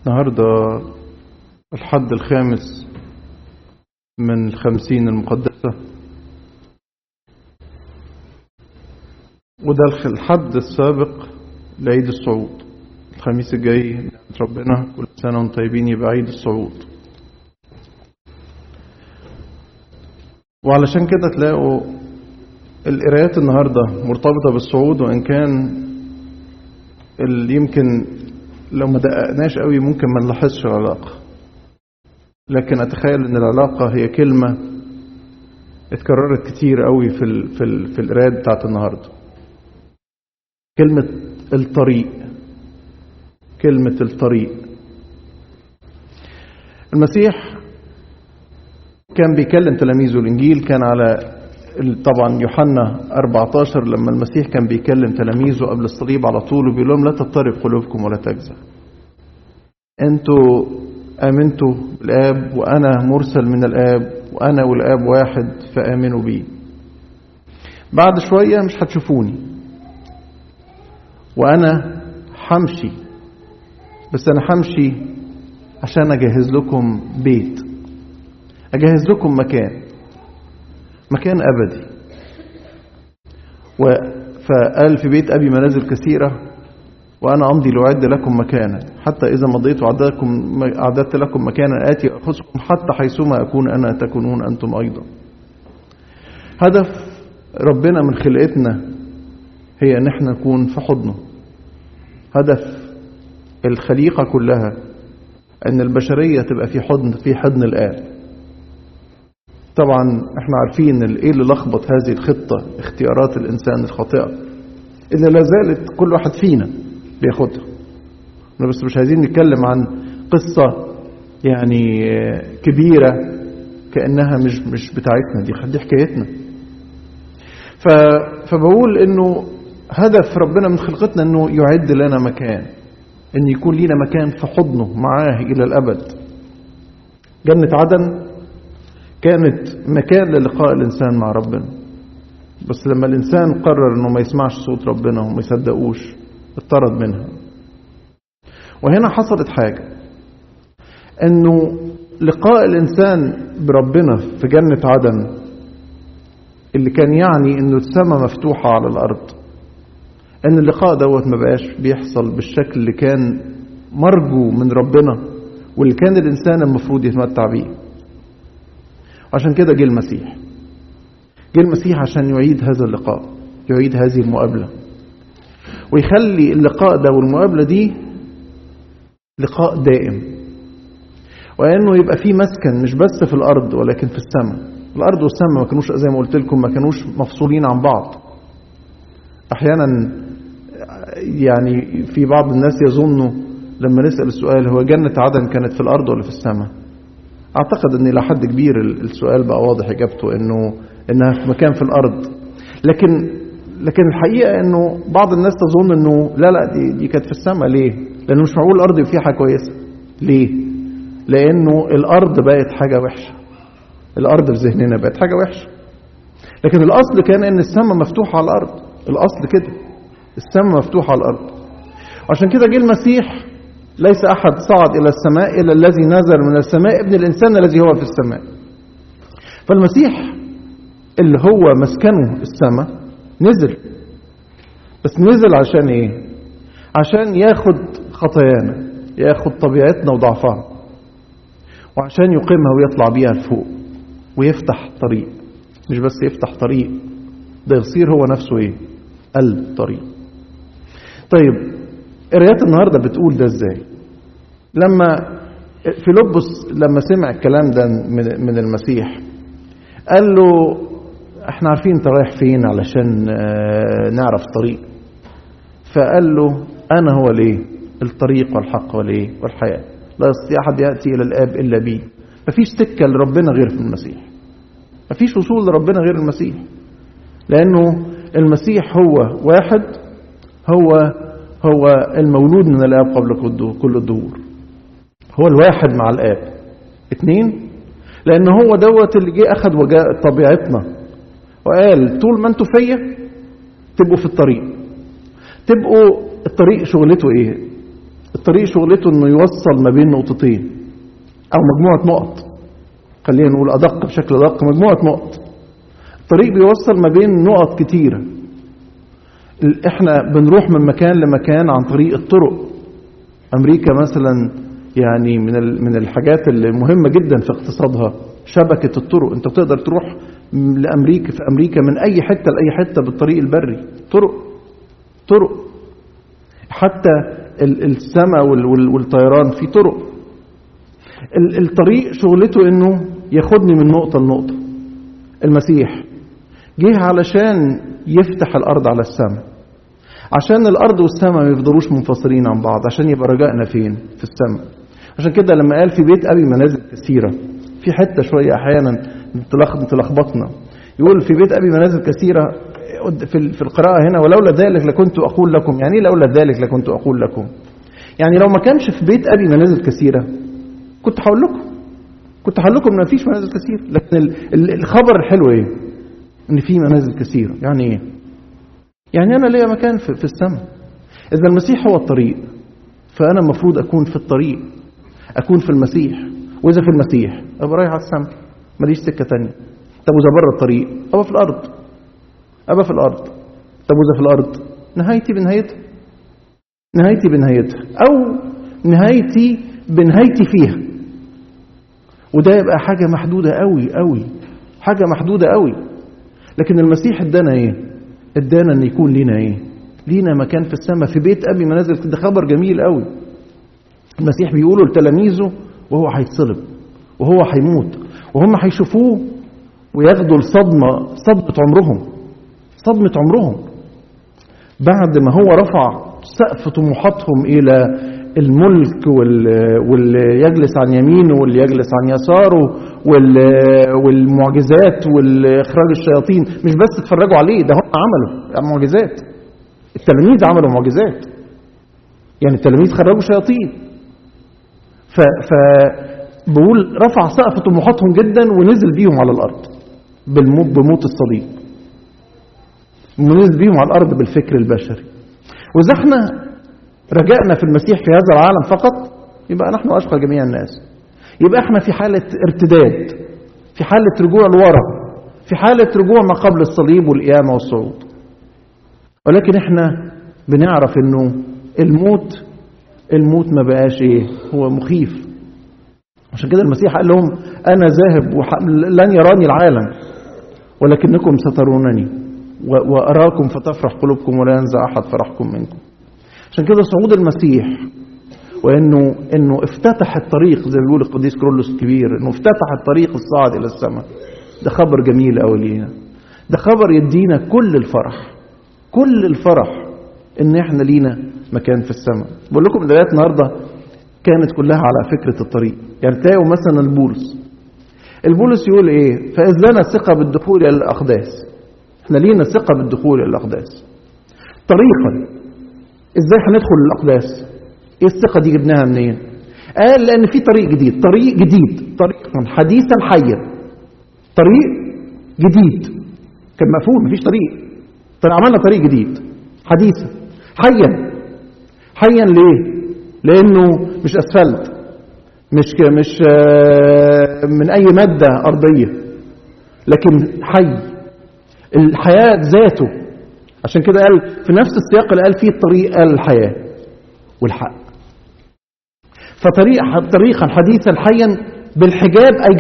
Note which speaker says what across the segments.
Speaker 1: النهاردة الحد الخامس من 50 المقدسة، وده الحد السابق لعيد الصعود. الخميس الجاي نعمة ربنا كل سنة وانتم طيبين يبقى عيد الصعود. وعلشان كده تلاقوا القراءات النهاردة مرتبطة بالصعود، وإن كان يمكن لو ما دققناش قوي ممكن ما نلاحظش العلاقة، لكن أتخيل أن العلاقة هي كلمة اتكررت كتير قوي في القراءات بتاعت النهاردة. كلمة الطريق، كلمة الطريق. المسيح كان بيكلم تلاميذه، الإنجيل كان على طبعا يوحنا 14 لما المسيح كان بيكلم تلاميذه قبل الصليب على طول وبيقول لهم لا تضطرب قلوبكم ولا تجزع، انتوا آمنتوا بالآب وأنا مرسل من الآب وأنا والآب واحد فآمنوا بي. بعد شوية مش هتشوفوني وأنا همشي، بس أنا همشي عشان أجهز لكم بيت، أجهز لكم مكان أبدي. فقال في بيت أبي منازل كثيرة وأنا أمضي لأعد لكم مكانا، حتى إذا مضيت وأعددت لكم مكانا آتي أخذكم حتى حيثما أكون أنا تكونون أنتم أيضا. هدف ربنا من خلقتنا هي أن احنا نكون في حضنه. هدف الخليقة كلها أن البشرية تبقى في حضن الآب. طبعا احنا عارفين ايه اللي لخبط هذه الخطة، اختيارات الإنسان الخاطئة اللي لا زالت كل واحد فينا بياخدها. بس مش عايزين نتكلم عن قصة يعني كبيرة كأنها مش بتاعتنا، دي حكايتنا. فبقول انه هدف ربنا من خلقتنا انه يعد لنا مكان، ان يكون لنا مكان في حضنه معاه الى الابد. جنة عدن كانت مكان للقاء الانسان مع ربنا، بس لما الانسان قرر انه ما يسمعش صوت ربنا وما يصدقوش اضطرد منها. وهنا حصلت حاجة، انه لقاء الانسان بربنا في جنة عدن اللي كان يعني انه السماء مفتوحة على الارض، ان اللقاء دوت ما بقاش بيحصل بالشكل اللي كان مرجو من ربنا واللي كان الانسان المفروض يتمتع بيه. عشان كده جه المسيح عشان يعيد هذا اللقاء، يعيد هذه المقابلة، ويخلي اللقاء ده والمقابلة دي لقاء دائم، وأنه يبقى فيه مسكن مش بس في الأرض ولكن في السماء. الأرض والسماء ما كانوش زي ما قلت لكم ما كانوش مفصولين عن بعض. أحيانا يعني في بعض الناس يظنوا لما نسأل السؤال هو جنة عدن كانت في الأرض ولا في السماء؟ أعتقد أن إلى حد كبير السؤال بقى واضح إجابته إنها في مكان في الأرض، لكن الحقيقة أنه بعض الناس تظن أنه لا دي كانت في السماء. ليه؟ لأنه مش معقول الأرض فيها حاجة كويسة. ليه؟ لأنه الأرض بقت حاجة وحشة، الأرض في ذهننا بقت حاجة وحشة، لكن الأصل كان أن السماء مفتوحة على الأرض. الأصل كده السماء مفتوحة على الأرض. عشان كده جه المسيح، ليس أحد صعد إلى السماء إلا الذي نزل من السماء ابن الإنسان الذي هو في السماء. فالمسيح اللي هو مسكنه السماء نزل، بس نزل عشان إيه؟ عشان ياخد خطايانا، ياخد طبيعتنا وضعفها، وعشان يقيمها ويطلع بيها لفوق ويفتح طريق. مش بس يفتح طريق، ده يصير هو نفسه إيه؟ الطريق. طيب قراءات النهاردة بتقول ده ازاي؟ لما فيلبس لما سمع الكلام ده من المسيح قال له احنا عارفين انت رايح فين علشان نعرف الطريق. فقال له انا هو ليه الطريق والحق والحياة، لا يستطيع احد يأتي الى الاب الا بي. مفيش سكة لربنا غير في المسيح، مفيش وصول لربنا غير المسيح، لانه المسيح هو واحد، هو المولود من الآب قبل كل الدهور، هو الواحد مع الآب. 2 لأنه هو دوت اللي جه أخذ وجاء طبيعتنا وقال طول ما انتوا فيا تبقوا في الطريق. تبقوا الطريق شغلته ايه؟ الطريق شغلته انه يوصل ما بين نقطتين او مجموعة نقط، خلينا نقول ادق بشكل ادق، مجموعة نقط. الطريق بيوصل ما بين نقط كتيرة. احنا بنروح من مكان لمكان عن طريق الطرق. امريكا مثلا يعني من الحاجات المهمة جدا في اقتصادها شبكة الطرق. انت بتقدر تروح لامريكا في امريكا من اي حتة لاي حتة بالطريق البري. طرق حتى السماء والطيران في طرق. الطريق شغلته انه ياخدني من نقطة لنقطة. المسيح جه علشان يفتح الارض على السماء، عشان الارض والسماء ما يفضلوش منفصلين عن بعض، عشان يبقى رجائنا فين؟ في السماء. عشان كده لما قال في بيت ابي منازل كثيرة، في حتة شوية احيانا تلخبطنا، يقول في بيت ابي منازل كثيرة في القراءة هنا، ولولا ذلك لكنت اقول لكم. يعني لولا ذلك لكنت اقول لكم، يعني لو ما كانش في بيت ابي منازل كثيرة كنت هقول لكم ان مفيش منازل كثيرة. لكن الخبر الحلو ايه؟ ان في منازل كثيرة. يعني ايه؟ يعني انا ليا مكان في السماء. اذا المسيح هو الطريق، فانا المفروض اكون في الطريق، اكون في المسيح. واذا في المسيح ابقى رايح على السماء، ماليش سكة تانية. طب واذا بره الطريق ابقى في الارض. طب واذا في الارض نهايتي بنهايتها او نهايتي بنهايتي فيها. وده يبقى حاجة محدودة قوي، حاجة محدودة قوي. لكن المسيح ادانا ايه؟ ادانا ان يكون لينا ايه؟ لينا مكان في السماء، في بيت ابي منازل. ده خبر جميل قوي. المسيح بيقوله لتلاميذه وهو هيتصلب وهو هيموت، وهم هيشوفوه وياخدوا صدمة عمرهم بعد ما هو رفع سقف طموحاتهم إلى الملك واللي يجلس عن يمينه واللي يجلس عن يساره والمعجزات والإخراج الشياطين. مش بس تفرجوا عليه، ده هم عملوا معجزات. التلاميذ عملوا معجزات، يعني التلاميذ خرجوا شياطين. فبقول رفع سقف طموحاتهم جدا ونزل بيهم على الأرض بموت الصليب، ونزل بيهم على الأرض بالفكر البشري. وإذا احنا رجعنا في المسيح في هذا العالم فقط، يبقى نحن أشقى جميع الناس. يبقى احنا في حالة ارتداد، في حالة رجوع لورا، في حالة رجوع ما قبل الصليب والقيامة والصعود. ولكن احنا بنعرف انه الموت ما بقاش ايه، هو مخيف. عشان كده المسيح قال لهم انا ذاهب لن يراني العالم ولكنكم سترونني واراكم فتفرح قلوبكم ولا ينزع احد فرحكم منكم. عشان كده صعود المسيح وانه افتتح الطريق، زي ما بيقول القديس كرولوس الكبير، انه افتتح الطريق الصاعد الى السماء. ده خبر جميل قوي لينا. ده خبر يدينا كل الفرح ان احنا لينا مكان في السماء. بقول لكم الآيات النهارده كانت كلها على فكرة الطريق. يعني تلاقوا مثلا البولس يقول ايه؟ فإذ لنا ثقة بالدخول الى الأقداس. احنا لينا ثقة بالدخول الى الأقداس. طريقا ازاي هندخل الأقداس؟ ايه الثقة دي جبناها منين؟ قال لأن في طريق جديد، طريقا حديثا حيا. طريق جديد كان مفهوم، مفيش طريق. عملنا طريق جديد حديثا حيا. ليه؟ لأنه مش أسفلت، مش من أي مادة أرضية، لكن حي، الحياة ذاته. عشان كده قال في نفس السياق اللي قال فيه الطريق، قال الحياة والحق. فطريقا حديثا حيا بالحجاب، أي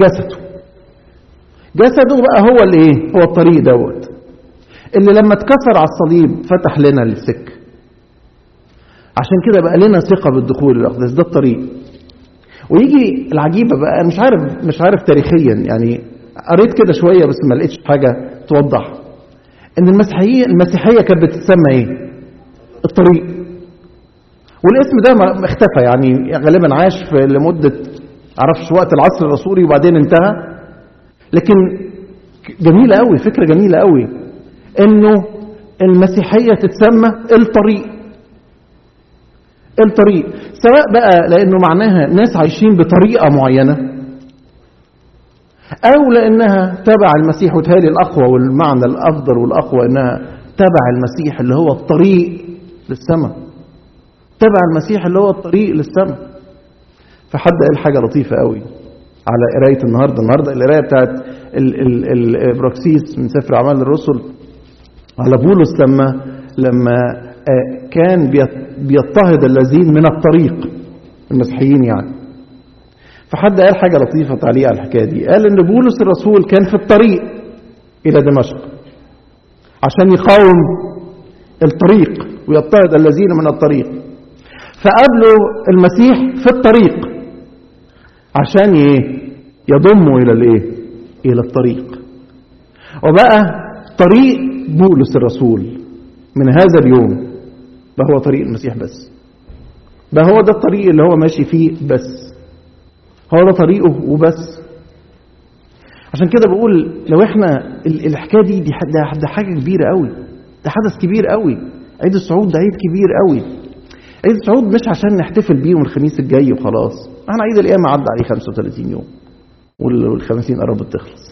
Speaker 1: جسده بقى هو اللي ايه؟ هو الطريق دوت اللي لما اتكسر على الصليب فتح لنا السكة. عشان كده بقى لنا ثقة بالدخول الأقداس. ده الطريق. ويجي العجيبة بقى، مش عارف تاريخيا، يعني قريت كده شوية بس ما لقيتش حاجة توضح ان المسيحية كانت بتتسمى ايه؟ الطريق. والاسم ده ما اختفى، يعني غالبا عاش لمدة عرفش وقت العصر الرسولي وبعدين انتهى. لكن جميلة قوي، فكرة جميلة قوي انه المسيحية تتسمى الطريق، سواء بقى لانه معناها ناس عايشين بطريقة معينة، او لانها تبع المسيح. وتهالي الاقوى والمعنى الافضل والاقوى انها تبع المسيح اللي هو الطريق للسماء. تبع المسيح اللي هو الطريق للسماء. فحد قال حاجة لطيفة قوي على قراية النهاردة القراية بتاعت البراكسيس من سفر أعمال الرسل على بولس لما كان بيضطهد الذين من الطريق، المسيحيين يعني. فحد قال حاجة لطيفة تعليق على الحكاية دي، قال إن بولس الرسول كان في الطريق إلى دمشق عشان يقاوم الطريق ويضطهد الذين من الطريق، فقابلوا المسيح في الطريق عشان يضموا إلى الطريق. وبقى طريق بولس الرسول من هذا اليوم بقى هو طريق المسيح بس، بقى هو ده الطريق اللي هو ماشي فيه بس، هو ده طريقه وبس. عشان كده بقول لو احنا الحكايه دي ده حاجه كبيره قوي، ده حدث كبير قوي. عيد الصعود ده عيد كبير قوي. عيد الصعود مش عشان نحتفل بيه الخميس الجاي وخلاص، احنا عيد القيامه عدى عليه 35 يوم وال50 قربت تخلص.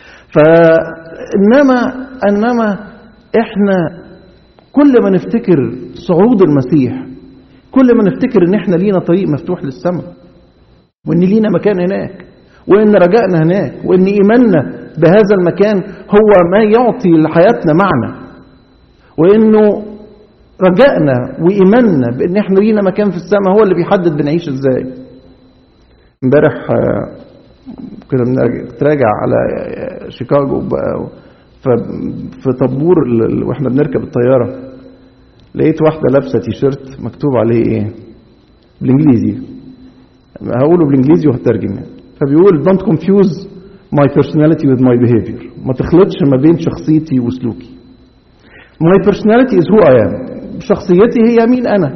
Speaker 1: انما احنا كل ما نفتكر صعود المسيح، كل ما نفتكر ان احنا لينا طريق مفتوح للسماء، وان لينا مكان هناك، وان رجائنا هناك، وان ايماننا بهذا المكان هو ما يعطي لحياتنا معنى، وانه رجائنا وايماننا بان احنا لينا مكان في السماء هو اللي بيحدد بنعيش ازاي. امبارح كنا بنتراجع على شيكاغو في طابور واحنا بنركب الطياره، لقيت واحده لابسه تيشيرت مكتوب عليه ايه بالانجليزي، هقوله بالانجليزي وهترجم يعني. فبيقول don't confuse my personality with my behavior، ما تخلطش ما بين شخصيتي وسلوكي. my personality is who I am، شخصيتي هي مين انا.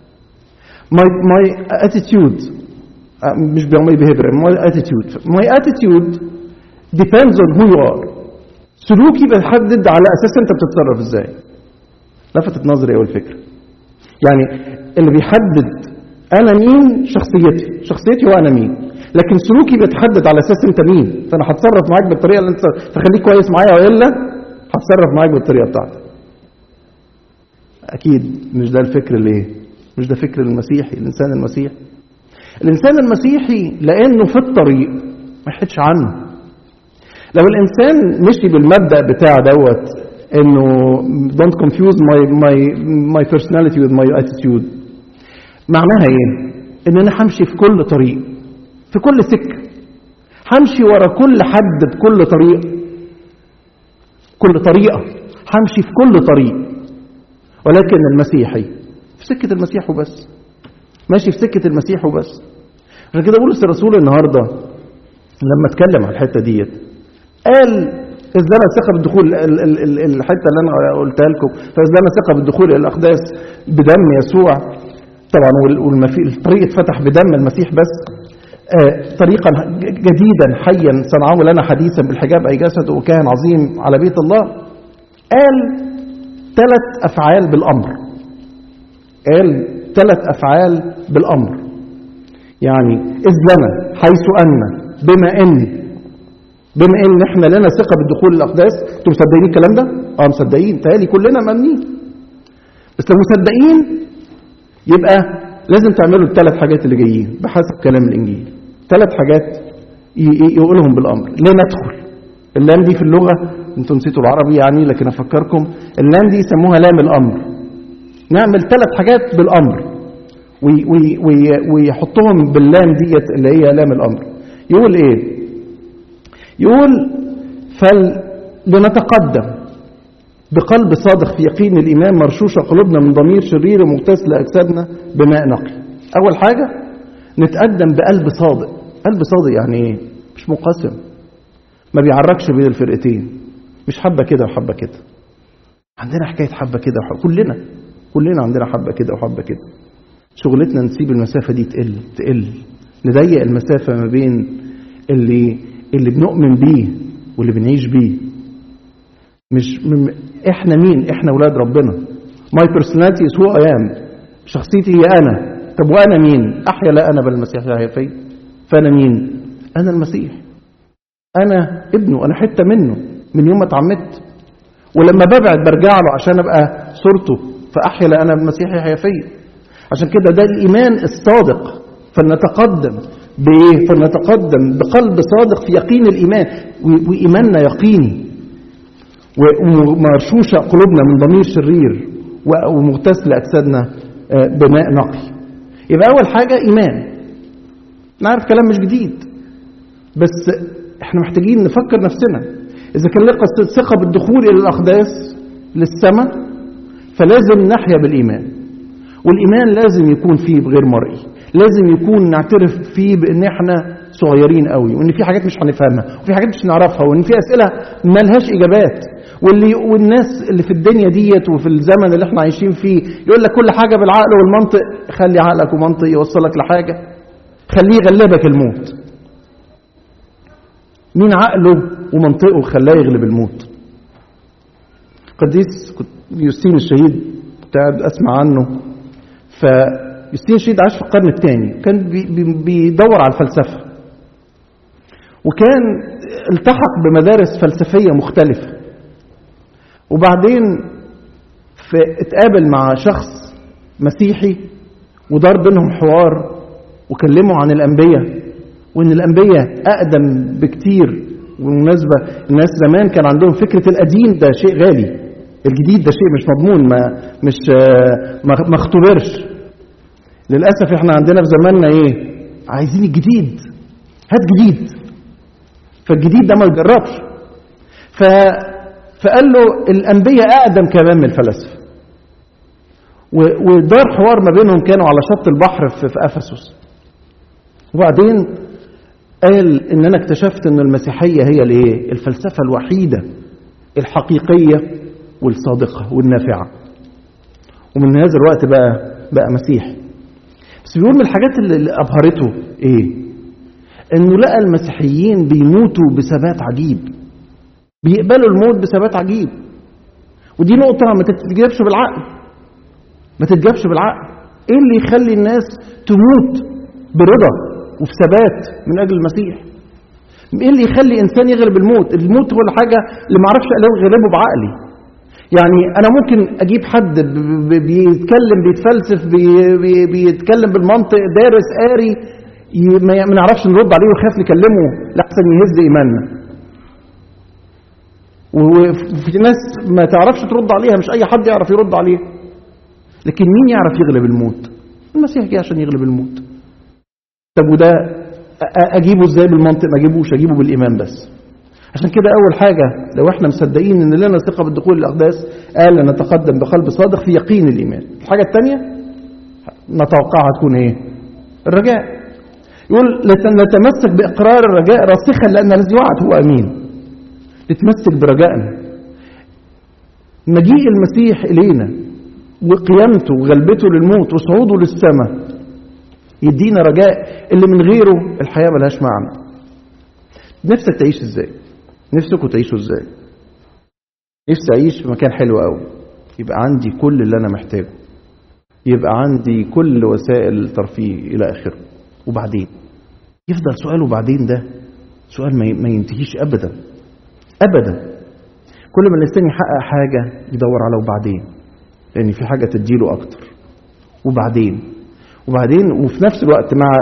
Speaker 1: my attitude مش my behavior، my attitude depends on who you are. سلوكي بيحدد على اساس انت بتتصرف ازاي. لفتت نظري اول فكره، يعني اللي بيحدد انا مين شخصيتي وانا مين، لكن سلوكي بيتحدد على اساس انت مين. فانا هتصرف معاك بالطريقه اللي انت تخليك كويس معايا، والا هتصرف معاك بالطريقه بتاعتك. اكيد مش ده الفكر مش ده فكر المسيحي. الانسان المسيحي لانه في الطريق ما يحدش عنه. لو الانسان مشي بالمبدا بتاع دوت انه don't confuse my personality with my attitude، معناها ايه؟ ان انا همشي في كل طريق، في كل سكه، همشي ورا كل حد بكل طريقه، همشي في كل طريق. ولكن المسيحي في سكه المسيح وبس، ماشي في سكه المسيح وبس. عشان كده بولس الرسول النهارده لما اتكلم على الحته ديت قال ازدنا ثقه بالدخول، الحته اللي انا قلتها لكم، فازدنا ثقه بالدخول الى الاقداس بدم يسوع. طبعا الطريق اتفتح بدم المسيح بس. طريقا جديدا حيا صنعه لنا حديثا بالحجاب اي جسد وكاهن عظيم على بيت الله. قال 3 أفعال بالامر، يعني اذ لنا حيث ان بما ان احنا لنا ثقه بالدخول الاقداس. انتوا مصدقين الكلام ده؟ مصدقين، تهيألي كلنا مؤمنين. بس لو مصدقين يبقى لازم تعملوا ال3 حاجات اللي جايين بحسب كلام الانجيل. 3 حاجات يقولهم بالامر. لا ندخل، اللام دي في اللغه انتوا نسيتوا العربي يعني، لكن افكركم اللام دي يسموها لام الامر. نعمل 3 حاجات بالامر ويحطهم باللام ديت اللي هي لام الامر. يقول ايه؟ يقول فلنتقدم بقلب صادق في يقين الإيمان مرشوشة قلوبنا من ضمير شرير مغتسل أجسادنا بماء نقي. أول حاجة نتقدم بقلب صادق. قلب صادق يعني إيه؟ مش مقسم، ما بيعركش بين الفرقتين، مش حبة كده وحبة كده. عندنا حكاية حبة كده كلنا عندنا حبة كده وحبة كده. شغلتنا نسيب المسافة دي تقل، نضيق المسافة ما بين اللي بنؤمن بيه واللي بنعيش بيه. احنا مين؟ احنا ولاد ربنا. my personality is who I am، شخصيتي هي انا. طب وانا مين؟ احيا لا انا بل المسيح يحيا فيا. فانا مين؟ انا المسيح، انا ابنه، انا حته منه من يوم ما اتعمدت، ولما ببعد برجع له عشان ابقى صورته. فاحيا لا انا بل المسيح يحيا فيا. عشان كده ده الإيمان الصادق. فلنتقدم بإيه؟ فلنتقدم بقلب صادق في يقين الإيمان، وإيماننا يقيني ومرشوشة قلوبنا من ضمير شرير ومغتسل أجسادنا بماء نقي. يبقى أول حاجة إيمان. نعرف كلام مش جديد، بس احنا محتاجين نفكر نفسنا. إذا كان لك ثقة بالدخول إلى الأقداس للسماء فلازم نحيا بالإيمان، والإيمان لازم يكون فيه بغير مرئي، لازم يكون نعترف فيه بأن احنا صغيرين قوي، وأن في حاجات مش هنفهمها وفي حاجات مش نعرفها، وأن في أسئلة ما لهاش إجابات. والناس اللي في الدنيا ديت وفي الزمن اللي احنا عايشين فيه يقول لك كل حاجة بالعقل والمنطق. خلي عقلك ومنطق يوصلك لحاجة، خليه يغلبك الموت. مين عقله ومنطقه خلاه يغلب الموت؟ قديس يوستين الشهيد قاعد أسمع عنه. فيوستين الشهيد عاش في القرن الثاني، كان بيدور على الفلسفة، وكان التحق بمدارس فلسفية مختلفة. وبعدين اتقابل مع شخص مسيحي ودار بينهم حوار، وكلموا عن الأنبياء، وإن الأنبياء أقدم بكتير. وبالمناسبة الناس زمان كان عندهم فكرة القديم ده شيء غالي، الجديد ده شيء مش مضمون، ما اختبرش. للأسف احنا عندنا في زماننا ايه؟ عايزين الجديد، هات جديد، فالجديد ده ما يجربش. فقال له الأنبياء أقدم كمان من الفلاسفة. ودار حوار ما بينهم، كانوا على شط البحر في أفسس. وبعدين قال إن أنا اكتشفت إن المسيحية هي الايه؟ الفلسفة الوحيدة الحقيقية والصادقة والنافعة. ومن هذا الوقت بقى مسيحي. بس بيقول من الحاجات اللي أبهرته إيه؟ إنه لقى المسيحيين بيموتوا بثبات عجيب، بيقبلوا الموت بثبات عجيب. ودي نقطة ما تتجابش بالعقل، ما تتجابش بالعقل. إيه اللي يخلي الناس تموت برضا وفي ثبات من أجل المسيح؟ إيه اللي يخلي إنسان يغلب الموت؟ الموت هو الحاجة اللي ما عرفش أغلبه بعقلي. يعني أنا ممكن أجيب حد بيتكلم بيتفلسف بيتكلم بالمنطق، دارس قاري، ما نعرفش نرد عليه وخاف نكلمه لحسن يهز إيماننا. وفي ناس ما تعرفش ترد عليها، مش أي حد يعرف يرد عليها. لكن مين يعرف يغلب الموت؟ المسيح جه عشان يغلب الموت. طب وده أجيبه إزاي بالمنطق؟ ما أجيبوش، أجيبه بالإيمان بس. عشان كده أول حاجة لو احنا مصدقين إن لنا ثقة بالدخول الأقداس، قال نتقدم بقلب صادق في يقين الإيمان. الحاجة الثانية نتوقعها تكون إيه؟ الرجاء. يقول نتمسك بإقرار الرجاء راسخا لأن الذي وعد هو أمين. نتمسك برجائنا. مجيء المسيح إلينا وقيامته وغلبته للموت وصعوده للسماء يدينا رجاء اللي من غيره الحياة ملهاش معنى. نفسك تعيش ازاي؟ نفسكوا تعيشوا ازاي؟ نفسي اعيش في مكان حلو قوي، يبقى عندي كل اللي انا محتاجه، يبقى عندي كل وسائل الترفيه الى اخره. وبعدين يفضل سؤال وبعدين ده سؤال ما ينتهيش ابدا ابدا. كل ما الانسان يحقق حاجه يدور على وبعدين، لان في حاجه تديله اكتر. وبعدين وفي نفس الوقت مع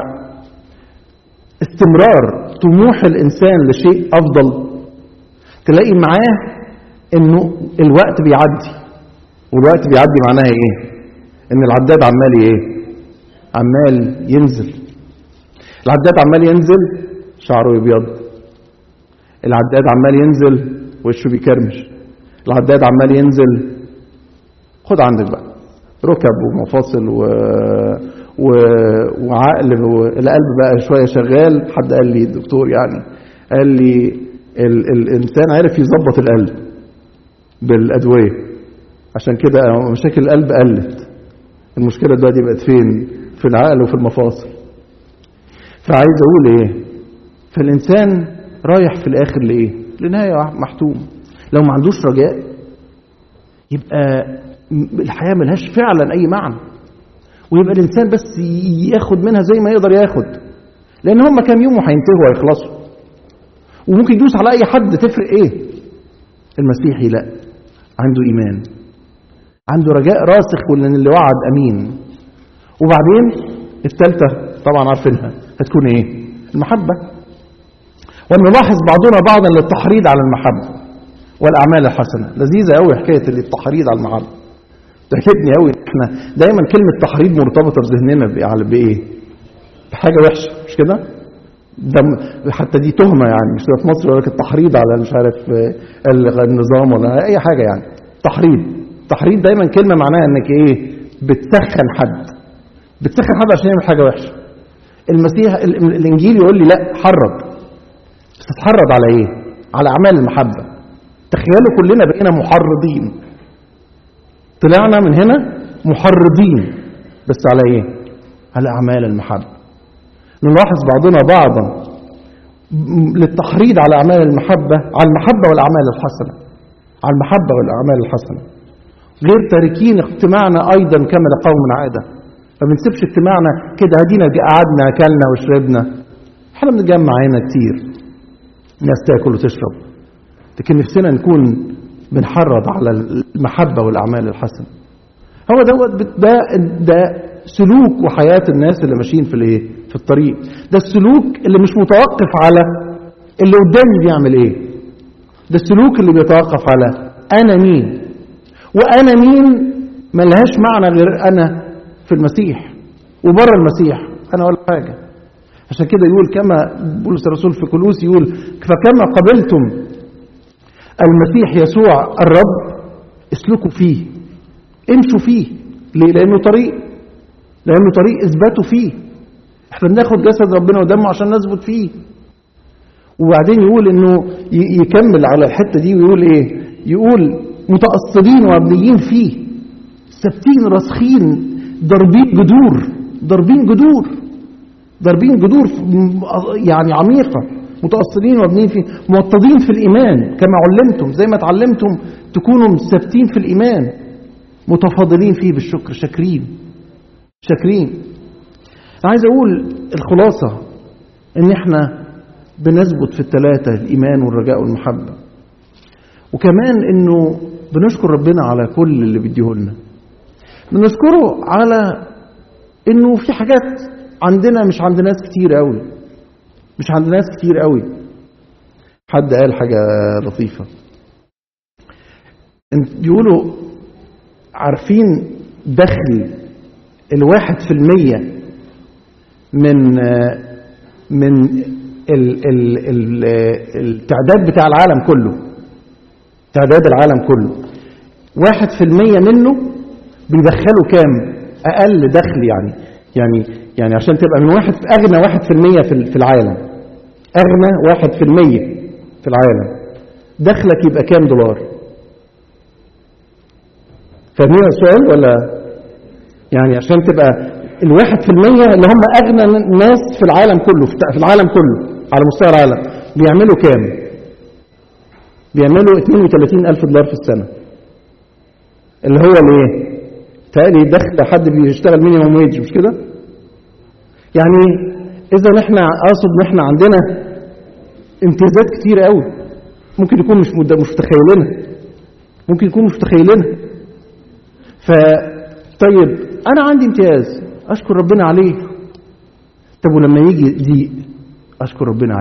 Speaker 1: استمرار طموح الإنسان لشيء أفضل، تلاقي معاه إنه الوقت بيعدي. والوقت بيعدي معناها إيه؟ إن العداد عمال ينزل. العداد عمال ينزل شعره يبيض، العداد عمال ينزل وشه بيكرمش، العداد عمال ينزل. خد عندك بقى ركب ومفاصل وعقل، القلب بقى شوية شغال. حد قال لي الدكتور يعني قال لي الإنسان عارف يظبط القلب بالأدوية، عشان كده مشاكل القلب قلت. المشكلة دلوقتي بقت فين؟ في العقل وفي المفاصل. فعايز أقول إيه؟ فالإنسان رايح في الآخر لإيه؟ لنهاية محتوم. لو ما عندوش رجاء يبقى الحياة ملهاش فعلا أي معنى، ويبقى الإنسان بس ياخد منها زي ما يقدر ياخد، لأن هم كام يوم وهينتهوا ويخلصوا، وممكن يدوس على أي حد. تفرق إيه؟ المسيحي لا، عنده إيمان، عنده رجاء راسخ، ولأن اللي وعد أمين. وبعدين الثالثة طبعا عارفينها هتكون ايه؟ المحبة. ونلاحظ بعضنا بعضا للتحريض على المحبة والأعمال الحسنة. لذيذة قوي حكاية التحريض على المحبة، تعجبني قوي. احنا دايما كلمة تحريض مرتبطة في ذهننا بإيه؟ بحاجة وحشة، مش كده؟ ده حتى دي تهمة يعني، مش في مصر يقول لك التحريض على مش عارف النظام ولا أي حاجة يعني. تحريض دايما كلمة معناها انك ايه؟ بتسخن حد عشان يعمل حاجة وحشة. المسيح الإنجيل يقول لي لا، حرض. بس تتحرض على ايه؟ على أعمال المحبة. تخيلوا كلنا بقينا محرضين، طلعنا من هنا محرضين، بس على ايه؟ على أعمال المحبة. نلاحظ بعضنا بعضا للتحريض على أعمال المحبة، على المحبة والأعمال الحسنة، على المحبة والأعمال الحسنة، غير تاركين اجتماعنا أيضا كما لقوم عادة. ما بنسيبش اجتماعنا كده، هدينا قعدنا أكلنا وشربنا. احنا بنتجمع هنا كتير، الناس تاكل وتشرب، لكن نفسنا نكون بنحرض على المحبة والأعمال الحسنة. هو ده سلوك وحياة الناس اللي ماشيين في الطريق. ده السلوك اللي مش متوقف على اللي قدامي بيعمل ايه، ده السلوك اللي بيتوقف على أنا مين، وأنا مين ملهاش معنى غير أنا في المسيح، وبره المسيح أنا ولا حاجة. عشان كده يقول كما بولس الرسول في كولوس يقول فكما قبلتم المسيح يسوع الرب اسلكوا فيه، امشوا فيه. ليه؟ لأنه طريق اثبتوا فيه. احنا بناخد جسد ربنا ودمه عشان نثبت فيه. وبعدين يقول انه يكمل على الحتة دي ويقول ايه؟ يقول متأصلين ومبنيين فيه، ثابتين راسخين، ضاربين جذور يعني عميقة، متأصلين ومبنيين فيه، موطدين في الإيمان كما علمتم، زي ما تعلمتم تكونوا ثابتين في الإيمان، متفاضلين فيه بالشكر، شاكرين. أنا عايز أقول الخلاصة إن إحنا بنثبت في الثلاثة، الإيمان والرجاء والمحبة، وكمان إنه بنشكر ربنا على كل اللي بيديهولنا. بنشكره على إنه في حاجات عندنا مش عند ناس كتير قوي. حد قال حاجة لطيفة، بيقولوا عارفين دخل 1% من التعداد بتاع العالم كله، تعداد العالم كله 1% منه بيدخلوا كام؟ أقل دخل يعني عشان تبقى من أغنى 1% في العالم، أغنى 1% في العالم، دخلك يبقى كام دولار؟ فاهمين السؤال ولا؟ يعني عشان تبقى 1% اللي هم أغنى ناس في العالم كله، على مستوى العالم، بيعملوا كام؟ بيعملوا $32,000 في السنة، اللي هو الايه؟ تقالي دخل حد بيشتغل مينيمم ويج، مش كده؟ يعني إذا احنا أقصد ان احنا عندنا امتيازات كتير قوي، ممكن يكون مش متخيلينها. طيب أنا عندي امتياز أشكر ربنا عليه، طب ولما يجي ضيق أشكر ربنا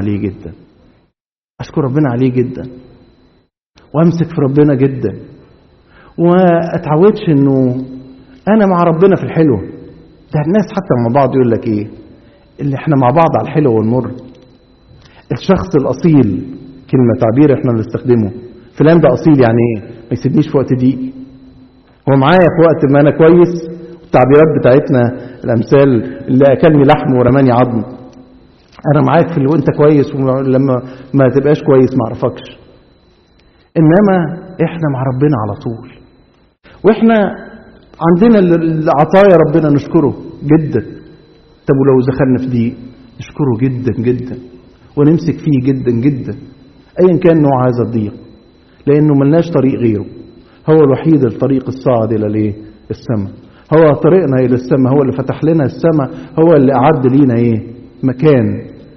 Speaker 1: عليه جدا، وأمسك في ربنا جدا، وأتعودش إنه أنا مع ربنا في الحلوة. ده الناس حتى مع بعض يقول لك إيه؟ اللي إحنا مع بعض على الحلوة والمر. الشخص الأصيل، كلمة تعبير إحنا بنستخدمه، فلان ده أصيل يعني إيه؟ ما يسيبنيش في وقت ضيق، هو معايا في وقت ما أنا كويس. التعبيرات بتاعتنا الأمثال، اللي أكلني لحم ورماني عظم، أنا معاك في اللي وأنت كويس، ولما ما تبقاش كويس ما أعرفكش. إنما إحنا مع ربنا على طول، وإحنا عندنا العطايا ربنا نشكره جدا. طب ولو دخلنا في ضيق نشكره جدا ونمسك فيه جدا أيا كان نوع هذا الضيق، لأنه ملناش طريق غيره. هو الوحيد الطريق الصاعد إلى السماء، هو طريقنا إلى السماء، هو اللي فتح لنا السماء، هو اللي أعد لينا مكان،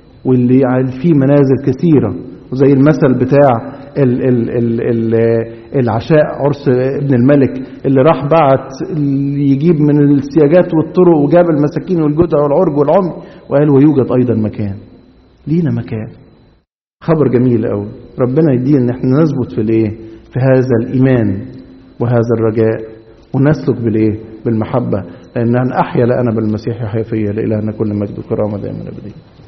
Speaker 1: واللي فيه منازل كثيرة. وزي المثل بتاع العشاء عرس ابن الملك اللي راح بعت يجيب من السياجات والطرق وجاب المساكين والجدع والعرج والعمي وقال ويوجد أيضا مكان. لينا مكان. خبر جميل قوي. ربنا يدينا ان احنا نثبت في الايه؟ في هذا الإيمان وهذا الرجاء ونسلك بالايه؟ بالمحبة، لأن أحيا لأنا بالمسيح يحيا فيا، لإلهنا كل مجد وكرامة دائما أبديا.